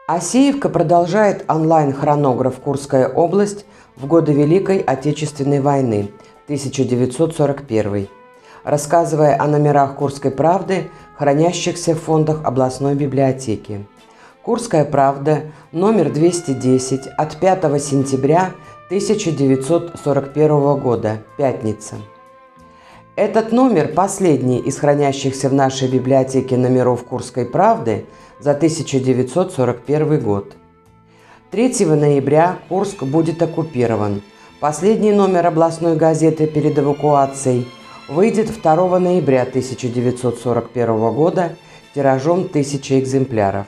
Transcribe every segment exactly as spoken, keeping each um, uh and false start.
Асеевка продолжает онлайн-хронограф «Курская область» в годы Великой Отечественной войны тысяча девятьсот сорок первый, рассказывая о номерах «Курской правды», хранящихся в фондах областной библиотеки. «Курская правда», номер двести десять, от пятого сентября тысяча девятьсот сорок первого года, пятница. Этот номер последний из хранящихся в нашей библиотеке номеров «Курской правды» за тысяча девятьсот сорок первый год. третьего ноября Курск будет оккупирован. Последний номер областной газеты перед эвакуацией выйдет второго ноября тысяча девятьсот сорок первого года тиражом тысяча экземпляров.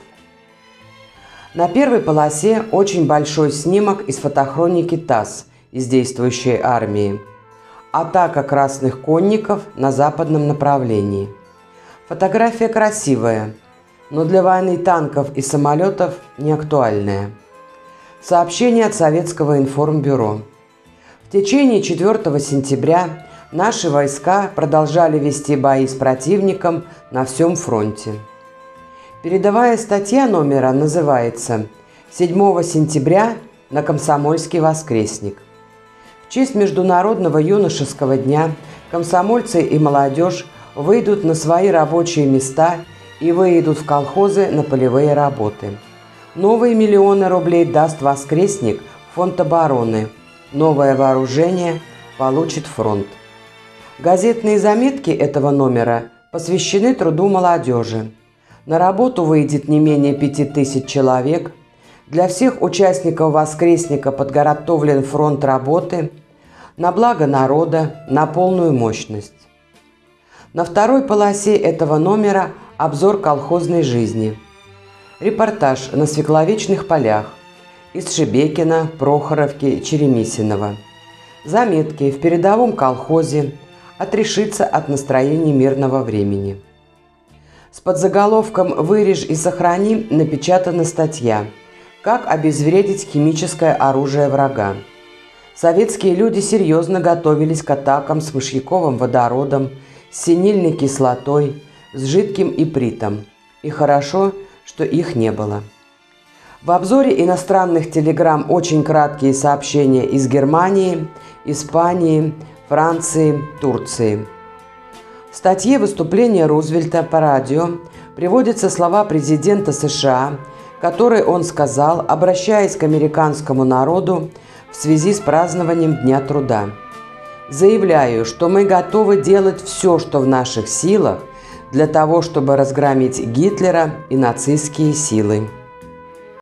На первой полосе очень большой снимок из фотохроники ТАСС из действующей армии. Атака красных конников на западном направлении. Фотография красивая, но для войны танков и самолетов не актуальная. Сообщение от Советского информбюро. В течение четвёртого сентября наши войска продолжали вести бои с противником на всем фронте. Передовая статья номера называется «седьмого сентября на Комсомольский воскресник». В честь Международного юношеского дня комсомольцы и молодежь выйдут на свои рабочие места и выйдут в колхозы на полевые работы. Новые миллионы рублей даст воскресник в фонд обороны. Новое вооружение получит фронт. Газетные заметки этого номера посвящены труду молодежи. На работу выйдет не менее пяти тысяч человек. Для всех участников воскресника подготовлен фронт работы на благо народа, на полную мощность. На второй полосе этого номера обзор колхозной жизни. Репортаж на свекловичных полях из Шебекина, Прохоровки, Черемисиного. Заметки в передовом колхозе. Отрешиться от настроений мирного времени. С подзаголовком «Вырежь и сохрани» напечатана статья «Как обезвредить химическое оружие врага». Советские люди серьезно готовились к атакам с мышьяковым водородом, с синильной кислотой, с жидким ипритом. И хорошо, что их не было. В обзоре иностранных телеграмм очень краткие сообщения из Германии, Испании, Франции, Турции. В статье «Выступление Рузвельта по радио» приводятся слова президента США, которые он сказал, обращаясь к американскому народу в связи с празднованием Дня труда. «Заявляю, что мы готовы делать все, что в наших силах, для того, чтобы разгромить Гитлера и нацистские силы».